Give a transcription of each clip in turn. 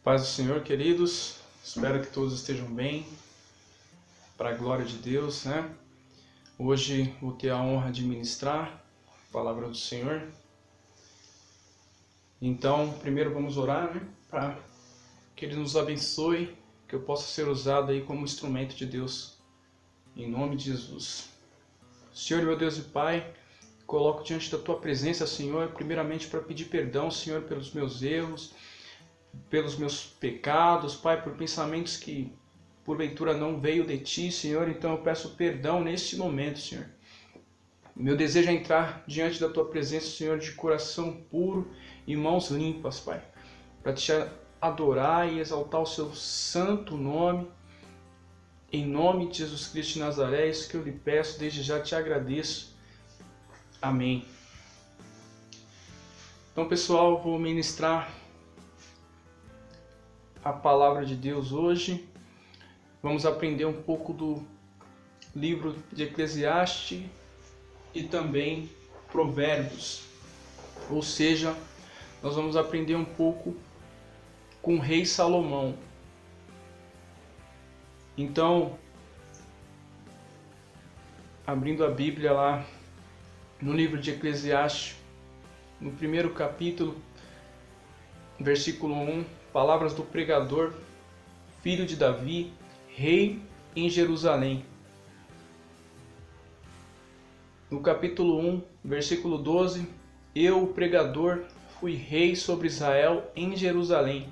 Paz do Senhor, queridos. Espero que todos estejam bem, para a glória de Deus, né? Hoje vou ter a honra de ministrar a palavra do Senhor. Então, primeiro vamos orar, né? Para que Ele nos abençoe, que eu possa ser usado aí como instrumento de Deus, em nome de Jesus. Senhor, meu Deus e Pai, coloco diante da Tua presença, Senhor, primeiramente para pedir perdão, Senhor, pelos meus erros, pelos meus pecados, Pai, por pensamentos que porventura não veio de Ti, Senhor. Então eu peço perdão neste momento, Senhor. Meu desejo é entrar diante da Tua presença, Senhor, de coração puro e mãos limpas, Pai, para Te adorar e exaltar o Seu santo nome. Em nome de Jesus Cristo de Nazaré, é isso que eu lhe peço, desde já te agradeço. Amém. Então, pessoal, vou ministrar a palavra de Deus hoje. Vamos aprender um pouco do livro de Eclesiastes e também Provérbios. Ou seja, nós vamos aprender um pouco com o rei Salomão. Então, abrindo a Bíblia lá no livro de Eclesiastes, no primeiro capítulo, versículo 1, palavras do pregador, filho de Davi, rei em Jerusalém. No capítulo 1, versículo 12, eu, o pregador, fui rei sobre Israel em Jerusalém.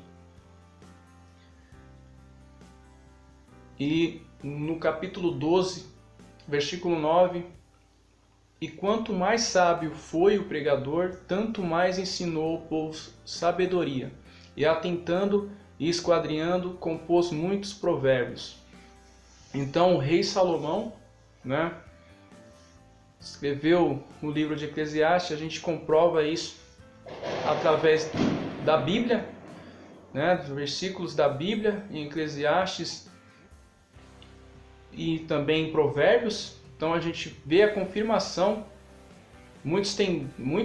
E no capítulo 12, versículo 9, e quanto mais sábio foi o pregador, tanto mais ensinou o povo sabedoria. E atentando e esquadrinhando, compôs muitos provérbios. Então o rei Salomão, né, escreveu o livro de Eclesiastes. A gente comprova isso através da Bíblia, né, dos versículos da Bíblia em Eclesiastes e também em Provérbios. Então a gente vê a confirmação. Muitos têm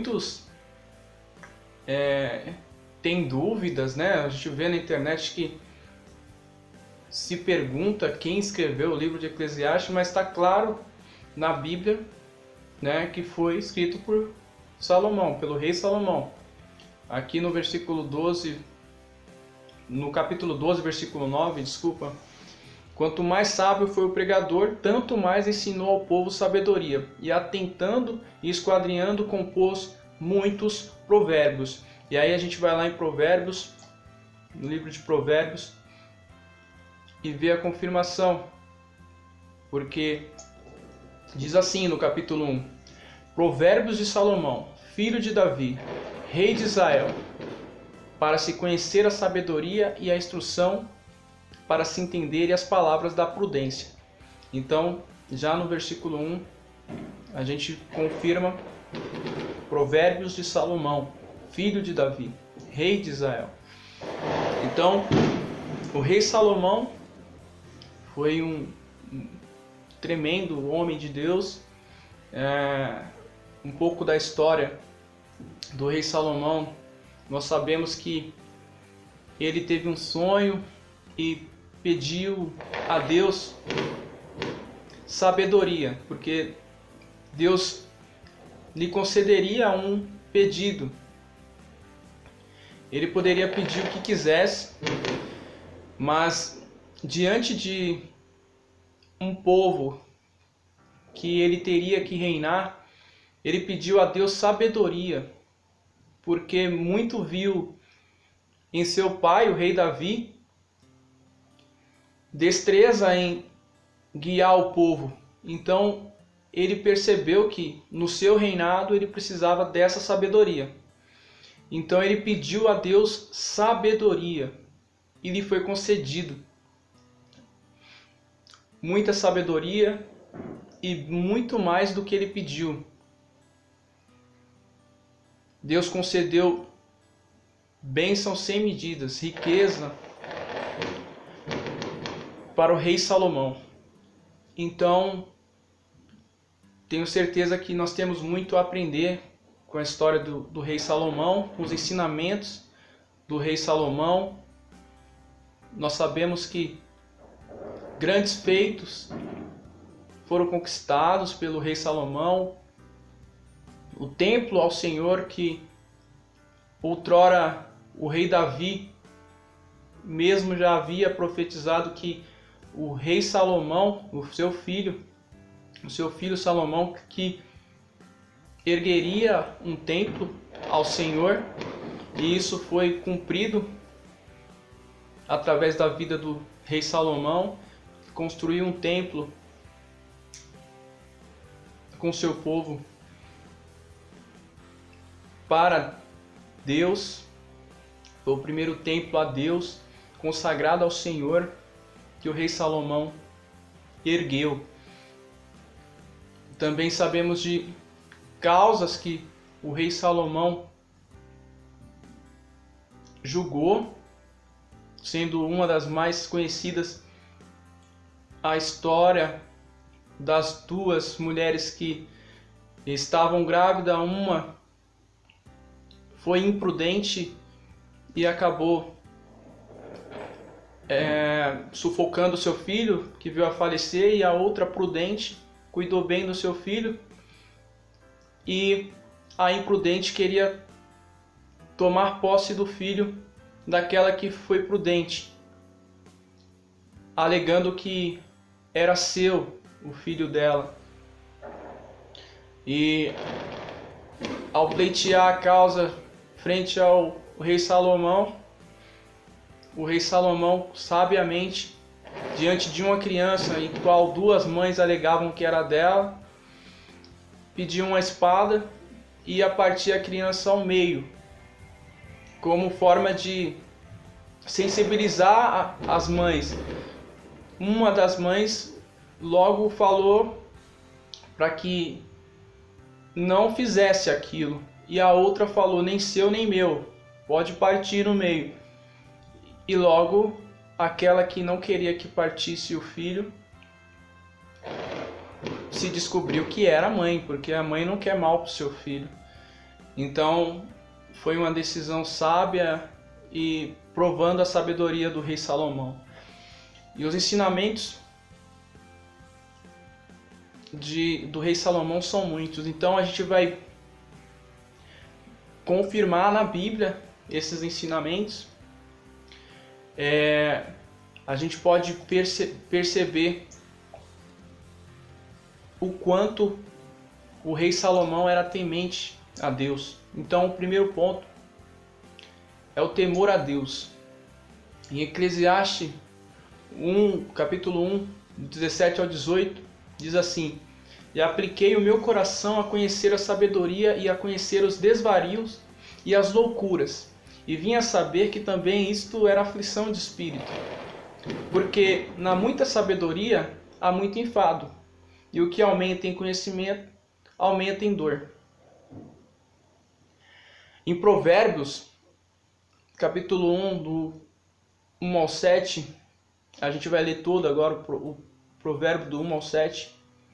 dúvidas, né? A gente vê na internet que se pergunta quem escreveu o livro de Eclesiastes, mas está claro na Bíblia, né, que foi escrito por Salomão, pelo rei Salomão. Aqui no versículo 12, no capítulo 12, versículo 9, desculpa. Quanto mais sábio foi o pregador, tanto mais ensinou ao povo sabedoria. E atentando e esquadrinhando, compôs muitos provérbios. E aí a gente vai lá em Provérbios, no livro de Provérbios, e vê a confirmação. Porque diz assim no capítulo 1, Provérbios de Salomão, filho de Davi, rei de Israel, para se conhecer a sabedoria e a instrução, para se entenderem as palavras da prudência. Então, já no versículo 1, a gente confirma Provérbios de Salomão, filho de Davi, rei de Israel. Então, o rei Salomão foi um tremendo homem de Deus. Um pouco da história do rei Salomão, nós sabemos que ele teve um sonho e pediu a Deus sabedoria, porque Deus lhe concederia um pedido. Ele poderia pedir o que quisesse, mas diante de um povo que ele teria que reinar, ele pediu a Deus sabedoria, porque muito viu em seu pai, o rei Davi, destreza em guiar o povo. Então ele percebeu que no seu reinado ele precisava dessa sabedoria. Então ele pediu a Deus sabedoria e lhe foi concedido. Muita sabedoria e muito mais do que ele pediu. Deus concedeu bênçãos sem medidas, riqueza para o rei Salomão. Então, tenho certeza que nós temos muito a aprender com a história do rei Salomão, com os ensinamentos do rei Salomão, nós sabemos que grandes feitos foram conquistados pelo rei Salomão. O templo ao Senhor que outrora o rei Davi mesmo já havia profetizado que o rei Salomão, o seu filho Salomão, que ergueria um templo ao Senhor, e isso foi cumprido através da vida do rei Salomão, que construiu um templo com seu povo para Deus. Foi o primeiro templo a Deus, consagrado ao Senhor, que o rei Salomão ergueu. Também sabemos de causas que o rei Salomão julgou, sendo uma das mais conhecidas a história das duas mulheres que estavam grávidas. Uma foi imprudente e acabou sufocando seu filho, que veio a falecer, e a outra, prudente, cuidou bem do seu filho, e a imprudente queria tomar posse do filho daquela que foi prudente, alegando que era seu o filho dela. E ao pleitear a causa frente ao rei Salomão, o rei Salomão, sabiamente, diante de uma criança em qual duas mães alegavam que era dela, pediu uma espada e ia partir a criança ao meio, como forma de sensibilizar as mães. Uma das mães logo falou para que não fizesse aquilo, e a outra falou: nem seu nem meu, pode partir no meio. E logo aquela que não queria que partisse o filho se descobriu que era a mãe, porque a mãe não quer mal para o seu filho. Então foi uma decisão sábia e provando a sabedoria do rei Salomão. E os ensinamentos do rei Salomão são muitos. Então a gente vai confirmar na Bíblia esses ensinamentos. A gente pode perceber o quanto o rei Salomão era temente a Deus. Então o primeiro ponto é o temor a Deus. Em Eclesiastes 1, capítulo 1, 17 ao 18, diz assim: e apliquei o meu coração a conhecer a sabedoria e a conhecer os desvarios e as loucuras, e vim a saber que também isto era aflição de espírito. Porque na muita sabedoria há muito enfado, e o que aumenta em conhecimento, aumenta em dor. Em Provérbios, capítulo 1, do 1 ao 7, a gente vai ler todo agora o provérbio do 1 ao 7.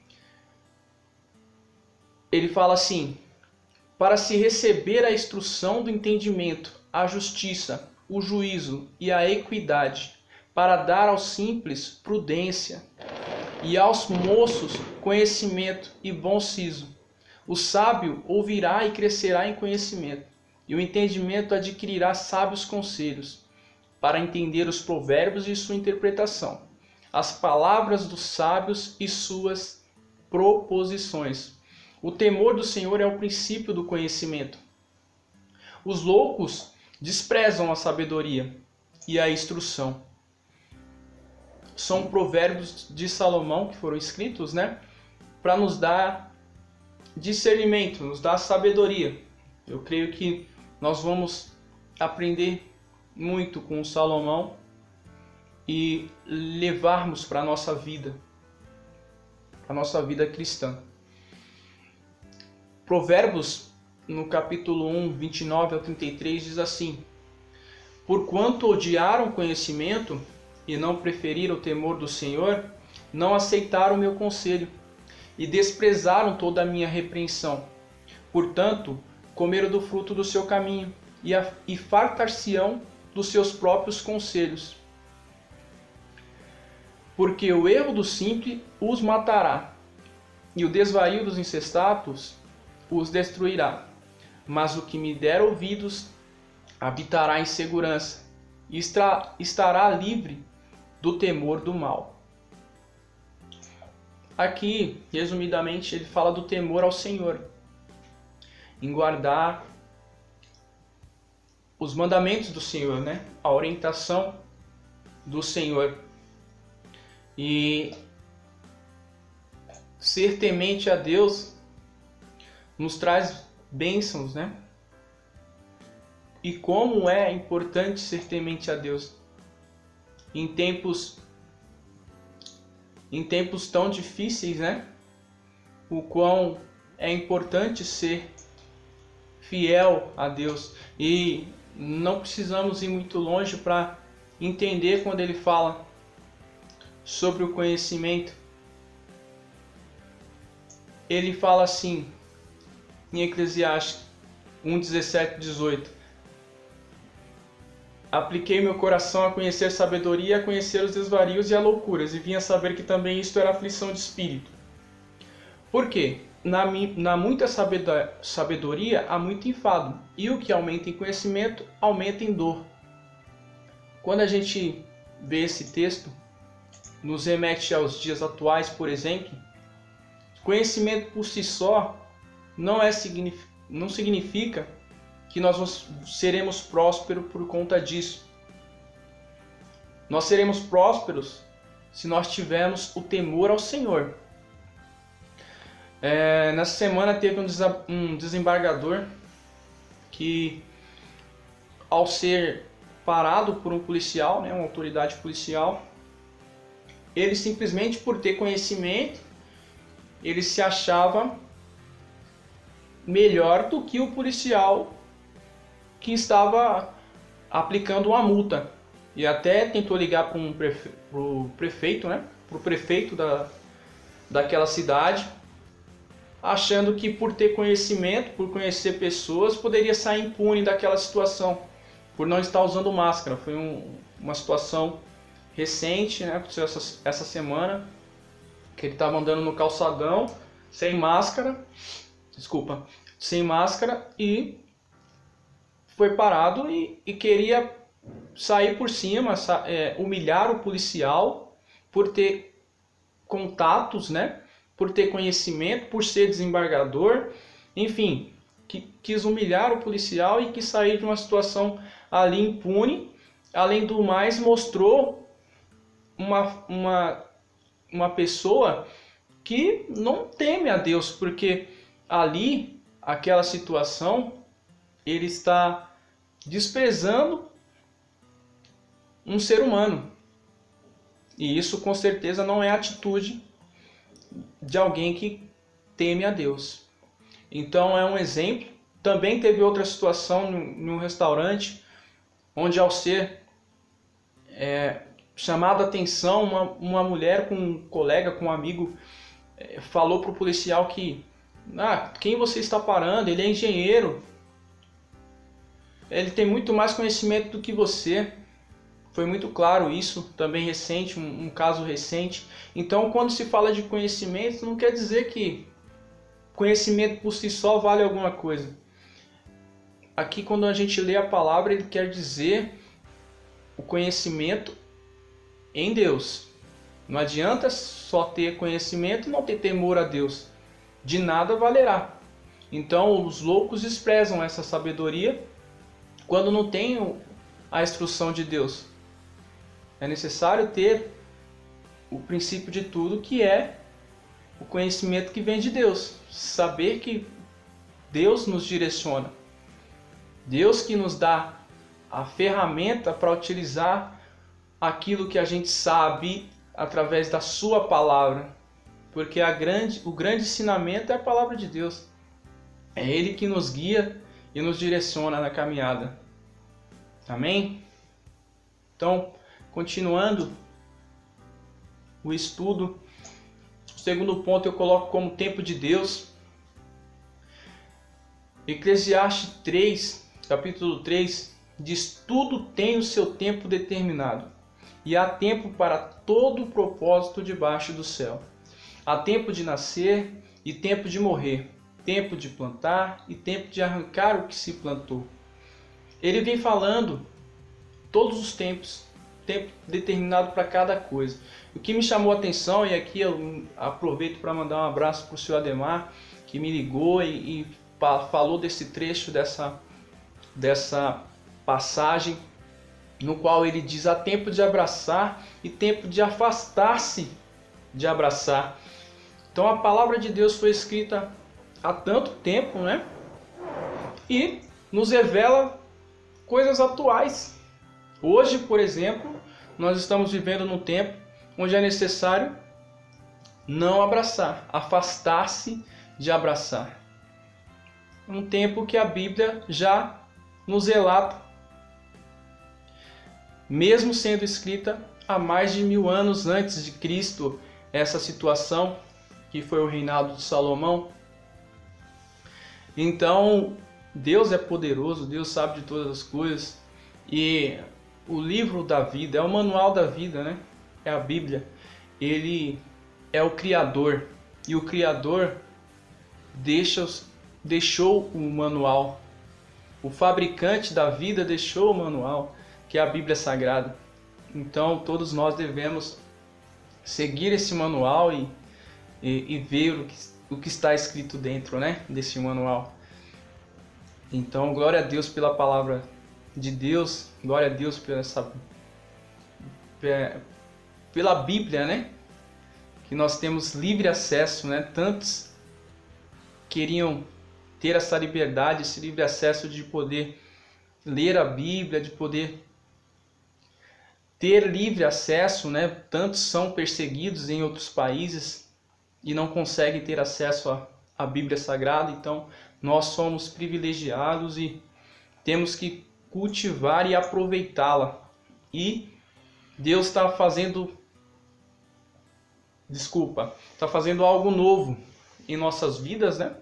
Ele fala assim: para se receber a instrução do entendimento, a justiça, o juízo e a equidade, para dar aos simples prudência, e aos moços conhecimento e bom siso. O sábio ouvirá e crescerá em conhecimento, e o entendimento adquirirá sábios conselhos, para entender os provérbios e sua interpretação, as palavras dos sábios e suas proposições. O temor do Senhor é o princípio do conhecimento. Os loucos desprezam a sabedoria e a instrução. São provérbios de Salomão que foram escritos, para nos dar discernimento, nos dar sabedoria. Eu creio que nós vamos aprender muito com o Salomão e levarmos para a nossa vida cristã. Provérbios, no capítulo 1, 29 ao 33, diz assim: porquanto odiaram o conhecimento e não preferiram o temor do Senhor, não aceitaram o meu conselho e desprezaram toda a minha repreensão. Portanto, comeram do fruto do seu caminho e fartar-se-ão dos seus próprios conselhos. porque o erro do simples os matará, e o desvario dos insensatos os destruirá. Mas o que me der ouvidos habitará em segurança, e estará livre do temor do mal. Aqui, resumidamente, ele fala do temor ao Senhor, em guardar os mandamentos do Senhor, né? A orientação do Senhor. E ser temente a Deus nos traz bênçãos, né? E como é importante ser temente a Deus em tempos tão difíceis, né? O quão é importante ser fiel a Deus. E não precisamos ir muito longe para entender quando ele fala sobre o conhecimento. Ele fala assim em Eclesiastes 1:17, 18: apliquei meu coração a conhecer sabedoria, a conhecer os desvarios e as loucuras, e vim a saber que também isto era aflição de espírito. Por quê? Na muita sabedoria há muito enfado, e o que aumenta em conhecimento aumenta em dor. Quando a gente vê esse texto, nos remete aos dias atuais, por exemplo. Conhecimento por si só não significa que nós seremos prósperos por conta disso. Nós seremos prósperos se nós tivermos o temor ao Senhor. Nessa semana teve um desembargador que, ao ser parado por um policial, né, uma autoridade policial, ele simplesmente por ter conhecimento, ele se achava melhor do que o policial que estava aplicando uma multa. E até tentou ligar para o prefeito, né, para o prefeito daquela cidade, achando que por ter conhecimento, por conhecer pessoas, poderia sair impune daquela situação, por não estar usando máscara. Foi uma situação recente, né, aconteceu essa semana, que ele estava andando no calçadão, sem máscara, e foi parado e queria sair por cima, humilhar o policial por ter contatos, né? Por ter conhecimento, por ser desembargador, enfim, quis humilhar o policial e quis sair de uma situação ali impune. Além do mais, mostrou uma pessoa que não teme a Deus, porque ali, aquela situação, ele está desprezando um ser humano. E isso com certeza não é atitude de alguém que teme a Deus. Então é um exemplo. Também teve outra situação num restaurante, onde ao ser chamada a atenção, uma mulher com um colega, com um amigo, falou para o policial que quem você está parando? Ele é engenheiro. Ele tem muito mais conhecimento do que você. Foi muito claro isso, também recente, um caso recente. Então, quando se fala de conhecimento, não quer dizer que conhecimento por si só vale alguma coisa. Aqui, quando a gente lê a palavra, ele quer dizer o conhecimento em Deus. Não adianta só ter conhecimento e não ter temor a Deus. De nada valerá. Então, os loucos desprezam essa sabedoria quando não têm a instrução de Deus. É necessário ter o princípio de tudo, que é o conhecimento que vem de Deus. Saber que Deus nos direciona. Deus que nos dá a ferramenta para utilizar aquilo que a gente sabe através da sua palavra. Porque o grande ensinamento é a palavra de Deus. É Ele que nos guia e nos direciona na caminhada. Amém? Então, continuando o estudo, o segundo ponto eu coloco como tempo de Deus. Eclesiastes 3, capítulo 3, diz: tudo tem o seu tempo determinado, e há tempo para todo o propósito debaixo do céu. Há tempo de nascer e tempo de morrer, tempo de plantar e tempo de arrancar o que se plantou. Ele vem falando todos os tempos, tempo determinado para cada coisa. O que me chamou a atenção, e aqui eu aproveito para mandar um abraço para o senhor Ademar, que me ligou e falou desse trecho, dessa passagem, no qual ele diz: há tempo de abraçar e tempo de afastar-se de abraçar. Então a palavra de Deus foi escrita há tanto tempo, né? E nos revela coisas atuais. Hoje, por exemplo, nós estamos vivendo num tempo onde é necessário não abraçar, afastar-se de abraçar. Um tempo que a Bíblia já nos relata, mesmo sendo escrita há mais de 1000 anos antes de Cristo, essa situação que foi o reinado de Salomão. Então, Deus é poderoso, Deus sabe de todas as coisas, e o livro da vida, é o manual da vida, né? É a Bíblia. Ele é o Criador, e o Criador deixou o manual. O fabricante da vida deixou o manual, que é a Bíblia Sagrada. Então todos nós devemos seguir esse manual e ver o que está escrito dentro, né, desse manual. Então glória a Deus pela palavra de Deus, glória a Deus pela Bíblia, né, que nós temos livre acesso, né? Tantos queriam ter essa liberdade, esse livre acesso de poder ler a Bíblia, de poder ter livre acesso, né? Tantos são perseguidos em outros países e não conseguem ter acesso à Bíblia Sagrada. Então nós somos privilegiados e temos que cultivar e aproveitá-la. E Deus está fazendo algo novo em nossas vidas, né?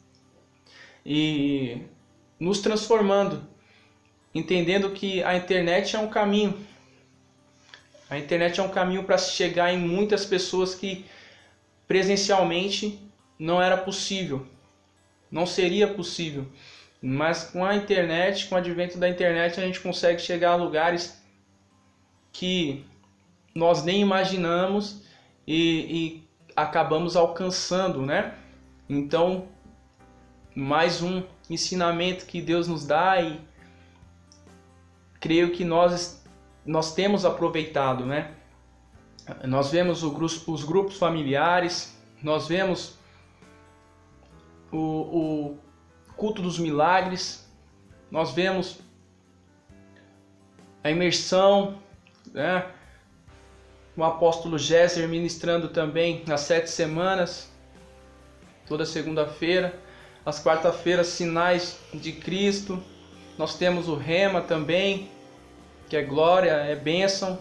E nos transformando, entendendo que a internet é um caminho. A internet é um caminho para se chegar em muitas pessoas que presencialmente não era possível, não seria possível. Mas com a internet, com o advento da internet, a gente consegue chegar a lugares que nós nem imaginamos e acabamos alcançando, né? Então, mais um ensinamento que Deus nos dá, e creio que nós temos aproveitado, né? Nós vemos os grupos familiares, nós vemos o culto dos milagres, nós vemos a imersão, né? O apóstolo Gesser ministrando também nas 7 semanas, toda segunda-feira. Às quarta-feiras, sinais de Cristo. Nós temos o Rema também, que é glória, é bênção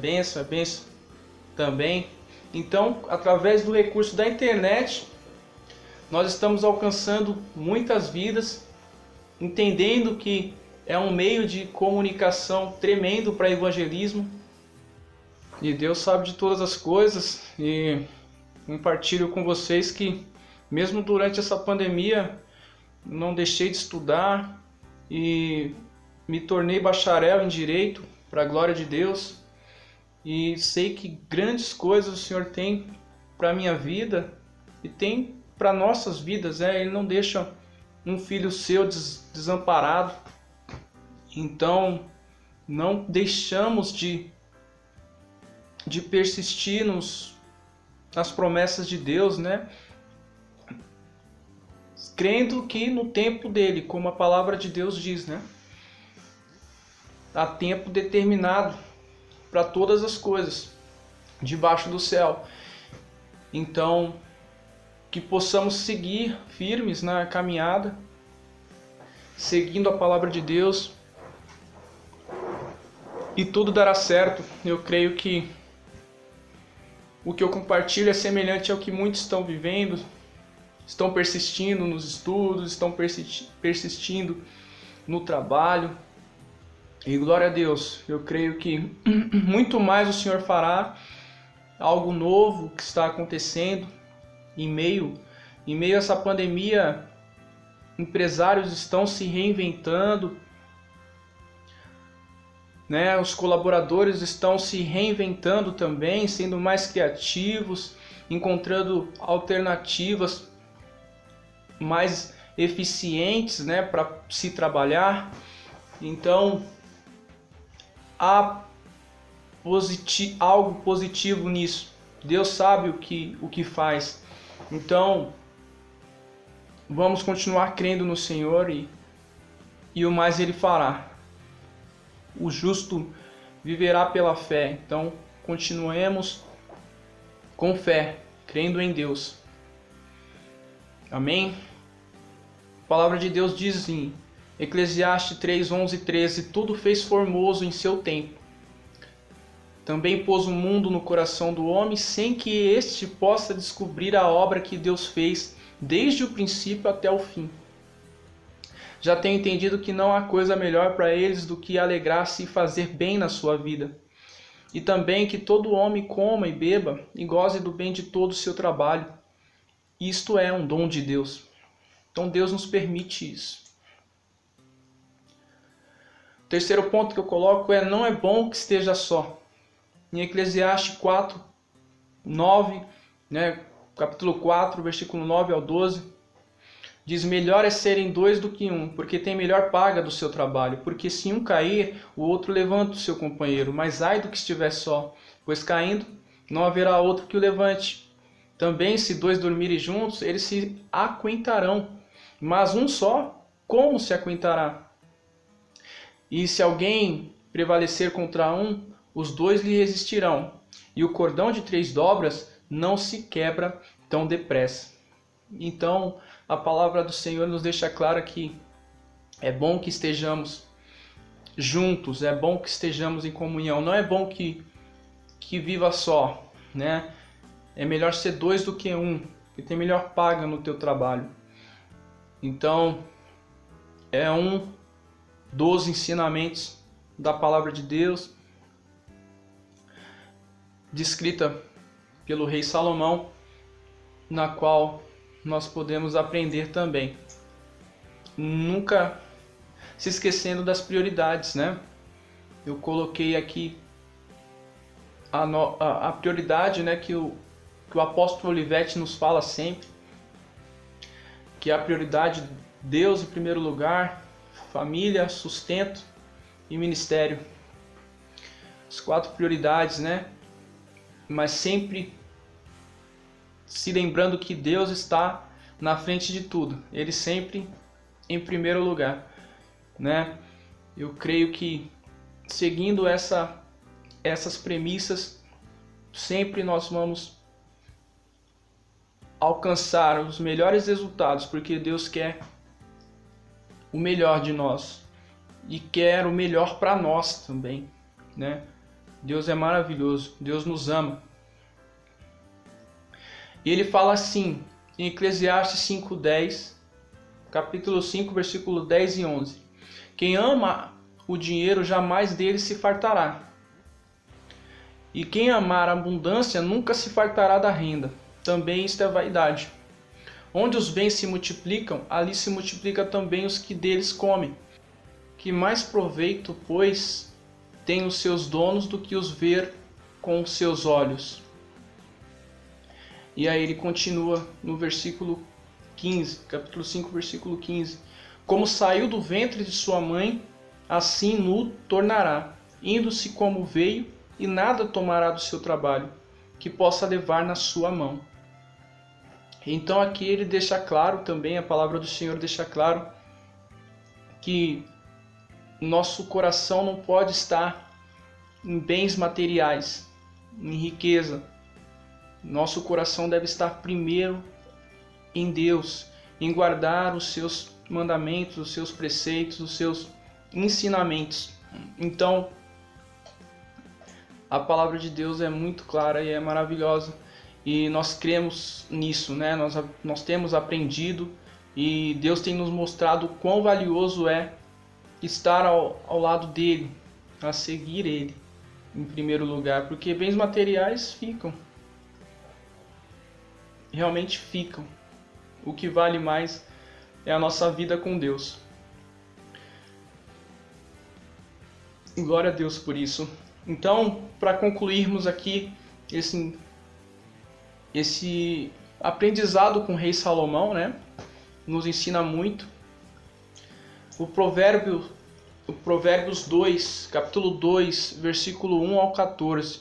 também. Então, através do recurso da internet, nós estamos alcançando muitas vidas, entendendo que é um meio de comunicação tremendo para evangelismo. E Deus sabe de todas as coisas, e compartilho com vocês que mesmo durante essa pandemia não deixei de estudar e me tornei bacharel em Direito, para a glória de Deus. E sei que grandes coisas o Senhor tem para a minha vida e tem para nossas vidas, né? Ele não deixa um filho seu desamparado. Então não deixamos de persistir nas promessas de Deus, né? Crendo que no tempo dele, como a palavra de Deus diz, né? Há tempo determinado para todas as coisas debaixo do céu. Então, que possamos seguir firmes na caminhada, seguindo a palavra de Deus, e tudo dará certo. Eu creio que o que eu compartilho é semelhante ao que muitos estão vivendo, estão persistindo nos estudos, estão persistindo no trabalho, E glória a Deus, eu creio que muito mais o Senhor fará, algo novo que está acontecendo em meio a essa pandemia. Empresários estão se reinventando, né? Os colaboradores estão se reinventando também, sendo mais criativos, encontrando alternativas mais eficientes, né, para se trabalhar. Então, há algo positivo nisso. Deus sabe o que faz. Então, vamos continuar crendo no Senhor e o mais Ele fará. O justo viverá pela fé. Então, continuemos com fé, crendo em Deus. Amém? A palavra de Deus diz em Eclesiastes 3, 11 e 13: tudo fez formoso em seu tempo. Também pôs o mundo no coração do homem, sem que este possa descobrir a obra que Deus fez desde o princípio até o fim. Já tenho entendido que não há coisa melhor para eles do que alegrar-se e fazer bem na sua vida. E também que todo homem coma e beba e goze do bem de todo o seu trabalho. Isto é um dom de Deus. Então Deus nos permite isso. O terceiro ponto que eu coloco é: não é bom que esteja só. Em Eclesiastes 4, 9, né, capítulo 4, versículo 9 ao 12, diz: melhor é serem dois do que um, porque tem melhor paga do seu trabalho. Porque se um cair, o outro levanta o seu companheiro. Mas ai do que estiver só, pois caindo, não haverá outro que o levante. Também se dois dormirem juntos, eles se aquentarão. Mas um só, como se aquentará? E se alguém prevalecer contra um, os dois lhe resistirão. E o cordão de 3 dobras não se quebra tão depressa. Então, a palavra do Senhor nos deixa claro que é bom que estejamos juntos, é bom que estejamos em comunhão. Não é bom que viva só, né? É melhor ser 2 do que 1, que tem melhor paga no teu trabalho. Então, é um dos ensinamentos da palavra de Deus, descrita pelo rei Salomão, na qual nós podemos aprender também. Nunca se esquecendo das prioridades, né? Eu coloquei aqui a prioridade, né, que o apóstolo Olivetti nos fala sempre, que é a prioridade Deus em primeiro lugar, família, sustento e ministério. As 4 prioridades, né? Mas sempre se lembrando que Deus está na frente de tudo. Ele sempre em primeiro lugar, né? Eu creio que seguindo essas premissas, sempre nós vamos alcançar os melhores resultados, porque Deus quer o melhor de nós e quer o melhor para nós também, né? Deus é maravilhoso, Deus nos ama. E ele fala assim, em Eclesiastes 5:10, capítulo 5, versículo 10 e 11. Quem ama o dinheiro jamais dele se fartará. E quem amar a abundância nunca se fartará da renda. Também isto é vaidade. Onde os bens se multiplicam, ali se multiplica também os que deles comem. Que mais proveito, pois, tem os seus donos do que os ver com os seus olhos. E aí ele continua no versículo 15, capítulo 5, versículo 15. Como saiu do ventre de sua mãe, assim nu tornará, indo-se como veio, e nada tomará do seu trabalho, que possa levar na sua mão. Então aqui ele deixa claro também, a palavra do Senhor deixa claro, que nosso coração não pode estar em bens materiais, em riqueza. Nosso coração deve estar primeiro em Deus, em guardar os seus mandamentos, os seus preceitos, os seus ensinamentos. Então, a palavra de Deus é muito clara e é maravilhosa, e nós cremos nisso, né? Nós temos aprendido, e Deus tem nos mostrado o quão valioso é estar ao lado dele, a seguir ele em primeiro lugar, porque bens materiais ficam, realmente ficam. O que vale mais é a nossa vida com Deus. E glória a Deus por isso. Então, para concluirmos aqui esse aprendizado com o rei Salomão, né, nos ensina muito. O Provérbios 2, capítulo 2, versículo 1 ao 14.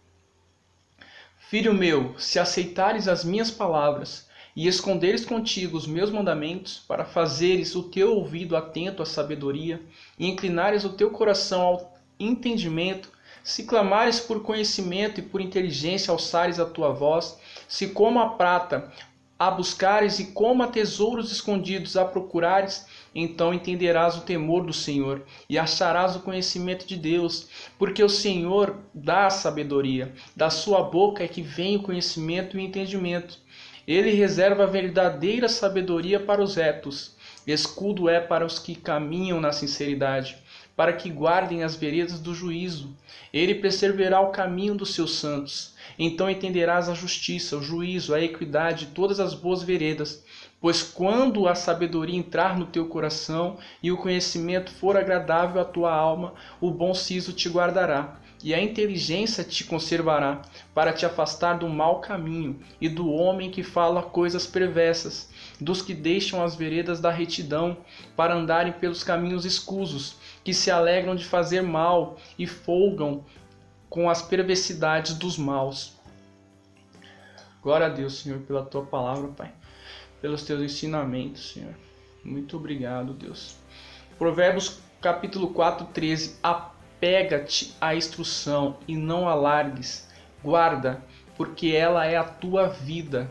Filho meu, se aceitares as minhas palavras e esconderes contigo os meus mandamentos, para fazeres o teu ouvido atento à sabedoria e inclinares o teu coração ao entendimento, se clamares por conhecimento e por inteligência alçares a tua voz, se como a prata a buscares e como a tesouros escondidos a procurares, então entenderás o temor do Senhor e acharás o conhecimento de Deus, porque o Senhor dá a sabedoria, da sua boca é que vem o conhecimento e o entendimento. Ele reserva a verdadeira sabedoria para os retos, escudo é para os que caminham na sinceridade, para que guardem as veredas do juízo. Ele preservará o caminho dos seus santos. Então entenderás a justiça, o juízo, a equidade, todas as boas veredas. Pois quando a sabedoria entrar no teu coração e o conhecimento for agradável à tua alma, o bom siso te guardará, e a inteligência te conservará, para te afastar do mau caminho e do homem que fala coisas perversas, dos que deixam as veredas da retidão, para andarem pelos caminhos escusos, que se alegram de fazer mal e folgam com as perversidades dos maus. Glória a Deus, Senhor, pela tua palavra, Pai, pelos teus ensinamentos, Senhor. Muito obrigado, Deus. Provérbios capítulo 4, 13. Apega-te à instrução e não a largues. Guarda, porque ela é a tua vida.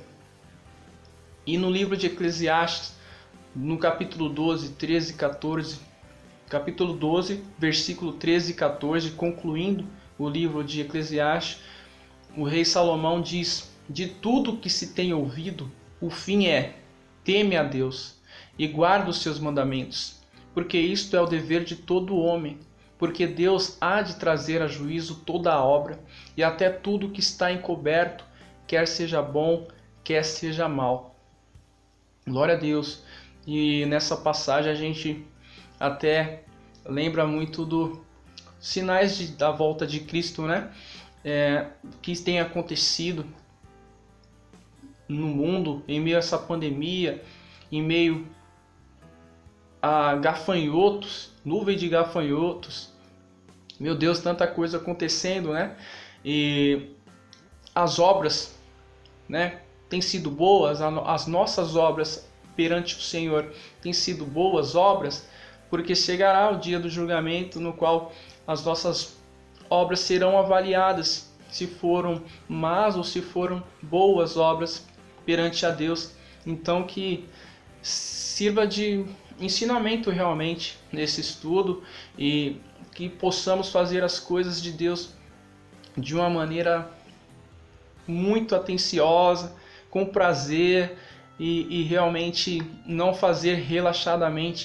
E no livro de Eclesiastes, no capítulo 12, 13 e 14, capítulo 12, versículo 13 e 14, concluindo o livro de Eclesiastes, o rei Salomão diz: de tudo que se tem ouvido, o fim é: teme a Deus e guarda os seus mandamentos, porque isto é o dever de todo homem, porque Deus há de trazer a juízo toda a obra e até tudo que está encoberto, quer seja bom, quer seja mal. Glória a Deus. E nessa passagem a gente até lembra muito dos sinais da volta de Cristo, né? Que tem acontecido no mundo em meio a essa pandemia, em meio a gafanhotos, nuvem de gafanhotos. Meu Deus, tanta coisa acontecendo, né? E as obras, né, têm sido boas, as nossas obras perante o Senhor têm sido boas obras, porque chegará o dia do julgamento no qual as nossas obras serão avaliadas, se foram más ou se foram boas obras perante a Deus. Então que sirva de ensinamento realmente nesse estudo e que possamos fazer as coisas de Deus de uma maneira muito atenciosa, com prazer e realmente não fazer relaxadamente.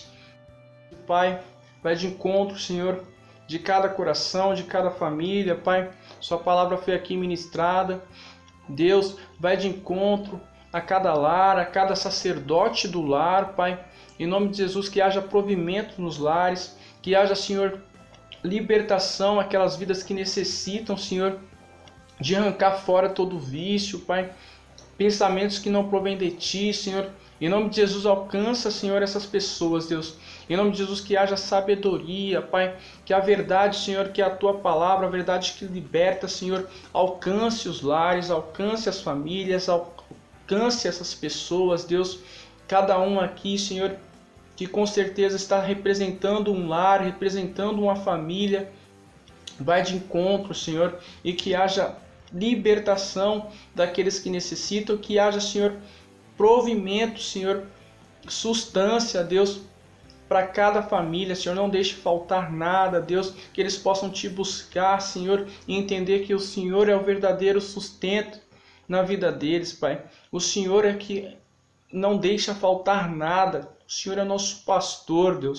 Pai, vai de encontro, Senhor, de cada coração, de cada família, Pai. Sua palavra foi aqui ministrada. Deus, vai de encontro a cada lar, a cada sacerdote do lar, Pai. Em nome de Jesus, que haja provimento nos lares, que haja, Senhor, libertação àquelas vidas que necessitam, Senhor, de arrancar fora todo vício, Pai. Pensamentos que não provêm de Ti, Senhor. Em nome de Jesus, alcança, Senhor, essas pessoas, Deus. Em nome de Jesus, que haja sabedoria, Pai. Que a verdade, Senhor, que é a Tua palavra, a verdade que liberta, Senhor, alcance os lares, alcance as famílias, alcance essas pessoas, Deus. Cada um aqui, Senhor, que com certeza está representando um lar, representando uma família. Vai de encontro, Senhor, e que haja libertação daqueles que necessitam, que haja, Senhor, provimento, Senhor, sustância, Deus, para cada família, Senhor, não deixe faltar nada, Deus, que eles possam Te buscar, Senhor, e entender que o Senhor é o verdadeiro sustento na vida deles, Pai. O Senhor é que não deixa faltar nada, o Senhor é nosso pastor, Deus.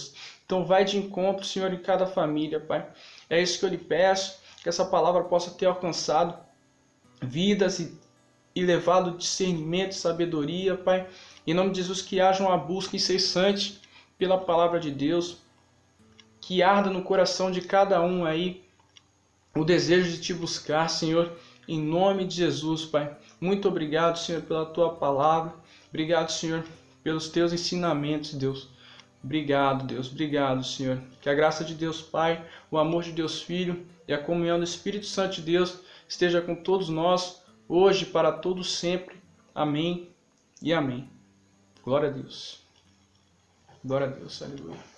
Então vai de encontro, Senhor, em cada família, Pai. É isso que eu lhe peço, que essa palavra possa ter alcançado vidas e levado discernimento e sabedoria, Pai. Em nome de Jesus, que haja uma busca incessante pela palavra de Deus, que arda no coração de cada um aí o desejo de te buscar, Senhor, em nome de Jesus, Pai. Muito obrigado, Senhor, pela tua palavra. Obrigado, Senhor, pelos teus ensinamentos, Deus. Obrigado, Deus. Obrigado, Senhor. Que a graça de Deus Pai, o amor de Deus Filho e a comunhão do Espírito Santo de Deus esteja com todos nós, hoje e para todos sempre. Amém e amém. Glória a Deus. Glória a Deus. Aleluia.